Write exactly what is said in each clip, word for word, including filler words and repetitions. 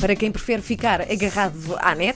Para quem prefere ficar agarrado à net.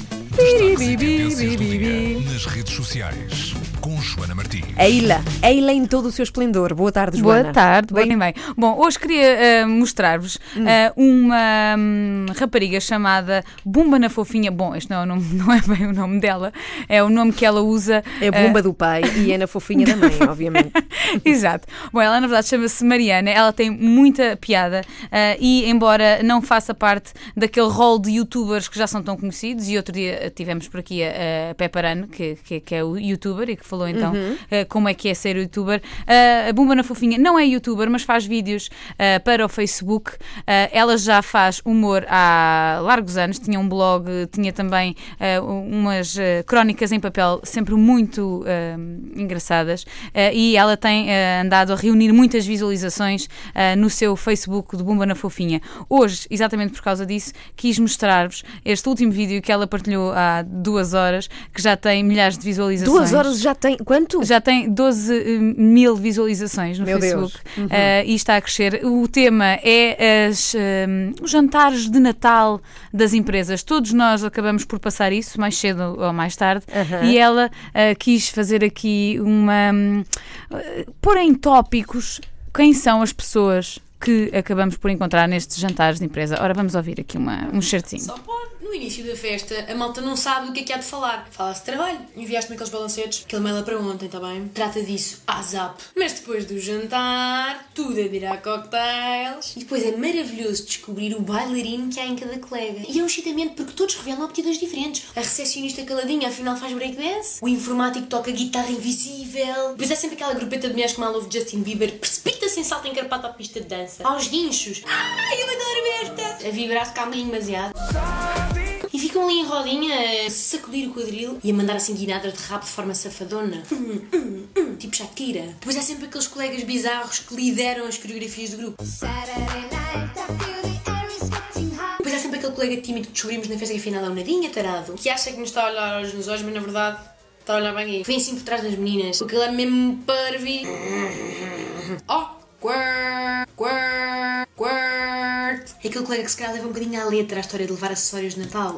Nas redes sociais, com Joana Martins. Eila, Eila em todo o seu esplendor. Boa tarde, Joana. Boa tarde, bem, bem. Bom, hoje queria uh, mostrar-vos hum. uh, uma um, rapariga chamada Bumba na Fofinha. Bom, este não é, o nome, não é bem o nome dela, é o nome que ela usa. É Bumba uh... do pai e é na Fofinha da mãe, obviamente. Exato. Bom, ela na verdade chama-se Mariana, ela tem muita piada uh, e embora não faça parte daquele rol de youtubers que já são tão conhecidos, e outro dia tivemos por aqui a, a Pepperano, que, que, que é o youtuber e que falou então uhum. uh, como é que é ser youtuber. Uh, a Bumba na Fofinha não é youtuber, mas faz vídeos uh, para o Facebook. Uh, ela já faz humor há largos anos, tinha um blog, tinha também uh, umas uh, crónicas em papel sempre muito uh, engraçadas uh, e ela tem uh, andado a reunir muitas visualizações uh, no seu Facebook de Bumba na Fofinha. Hoje, exatamente por causa disso, quis mostrar-vos este último vídeo que ela partilhou há duas horas, que já tem milhares de visualizações. Duas horas já tem, quanto? Já tem doze mil visualizações no Meu Facebook uhum. uh, e está a crescer. O tema é as, um, os jantares de Natal das empresas. Todos nós acabamos por passar isso, mais cedo ou mais tarde, uhum. e ela uh, quis fazer aqui uma... Um, uh, pôr em tópicos quem são as pessoas que acabamos por encontrar nestes jantares de empresa. Ora, vamos ouvir aqui uma, um certinho. Só pode. No início da festa, a malta não sabe do que é que há de falar. Fala-se de trabalho. Enviaste-me aqueles balancetes. Aquele mail é para ontem, está bem? Trata disso. Ah, zap. Mas depois do jantar, tudo a virar cocktails. E depois é maravilhoso descobrir o bailarino que há em cada colega. E é um excitamento porque todos revelam aptidões diferentes. A recepcionista caladinha, afinal, faz breakdance. O informático toca guitarra invisível. Depois é sempre aquela grupeta de mulheres que mal ouve Justin Bieber. Precipita-se em salto encarpado à pista de dança. Aos guinchos. Ai, eu adoro esta! A vibrar-se cá um bocadinho demasiado. E ficam ali em rodinha a sacudir o quadril e a mandar assim guinadas de rabo de forma safadona. Hum, hum, hum, tipo Shakira. Depois há sempre aqueles colegas bizarros que lideram as coreografias do grupo. Depois há sempre aquele colega tímido que descobrimos na festa que afinal é um nadinha tarado, que acha que nos está a olhar olhos nos olhos, mas na verdade está a olhar bem aí. Vem assim por trás das meninas, porque ele é mesmo parvi. Oh! Quirk, quirk, quirk. É aquele colega que se calhar leva um bocadinho à letra a história de levar acessórios de Natal.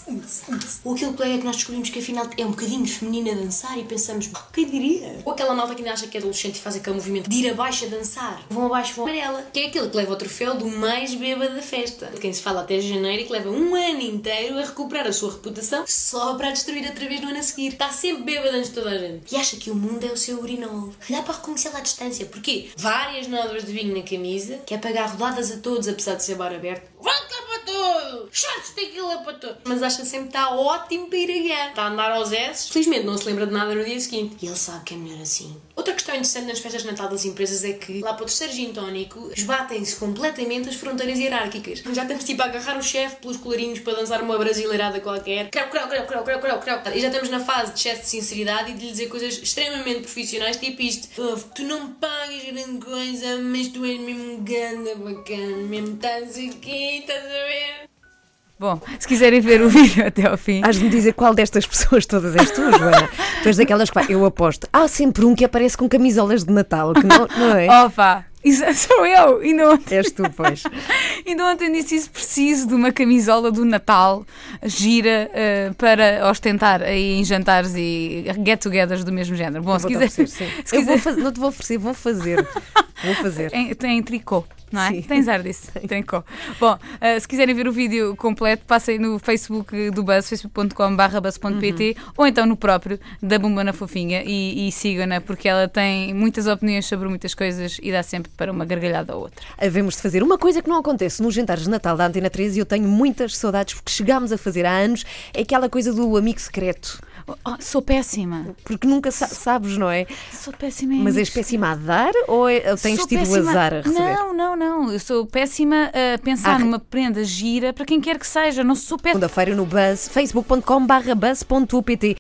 Ou aquele colega que nós descobrimos que afinal é um bocadinho feminino a dançar e pensamos, oh, quem diria? Ou aquela malta que ainda acha que é adolescente e faz aquele movimento de ir abaixo a dançar. Vão abaixo, vão amarela. Que é aquele que leva o troféu do mais bêbado da festa. De quem se fala até janeiro e que leva um ano inteiro a recuperar a sua reputação só para a destruir outra vez no ano a seguir. Está sempre bêbado antes de toda a gente. E acha que o mundo é o seu urinol. Dá para reconhecê-lo à distância. Porquê? Várias nódoas de vinho na camisa, que é pagar rodadas a todos apesar de ser bar aberto. Volta para tudo! Chatos daquilo para todos! Mas acha sempre que está ótimo para ir a guiar. Está a andar aos S. Felizmente não se lembra de nada no dia seguinte. E ele sabe que é melhor assim. Outra questão interessante nas festas de Natal das empresas é que, lá para o terceiro gin tónico, esbatem-se completamente as fronteiras hierárquicas. Já estamos tipo a agarrar o chefe pelos colarinhos para dançar uma brasileirada qualquer. Crau, crau, crau, crau, crau, crau, crau. E já estamos na fase de excesso de sinceridade e de lhe dizer coisas extremamente profissionais, tipo isto. Oh, tu não pagas grande coisa, mas tu és mesmo ganda bacana, mesmo estás aqui, estás a ver? Bom, se quiserem ver o vídeo até ao fim... Has de me dizer qual destas pessoas todas és tu, Joana. Tu és daquelas que vai, eu aposto. Há sempre um que aparece com camisolas de Natal, que não, não é? Opa! Isso sou eu! Ainda ontem... És tu, pois. Ainda ontem disse isso, preciso de uma camisola do Natal gira uh, para ostentar aí em jantares e get-togethers do mesmo género. Bom, se quiser... Oferecer, sim. Se eu quiser... vou fazer, não te vou oferecer, vou fazer. Vou fazer. Em, em tricô. Não é? Sim. Tens ar disso. Trincou. Bom, uh, se quiserem ver o vídeo completo, passem no Facebook do Buzz, facebook ponto com barra buzz ponto pt uhum. ou então no próprio da Bumba na Fofinha e, e sigam-na porque ela tem muitas opiniões sobre muitas coisas e dá sempre para uma gargalhada ou outra. Havemos de fazer uma coisa que não acontece nos jantares de Natal da Antena três e eu tenho muitas saudades porque chegámos a fazer há anos, é aquela coisa do amigo secreto. Oh, sou péssima. Porque nunca sa- sabes, não é? Sou péssima em Mas és péssima a dar ou, é, ou tens sou tido péssima... o azar a receber? Não, não, não. Eu sou péssima a pensar ah, numa prenda gira para quem quer que seja. Não sou péssima. Segunda-feira no Buzz, facebook ponto com barra buzz ponto pt.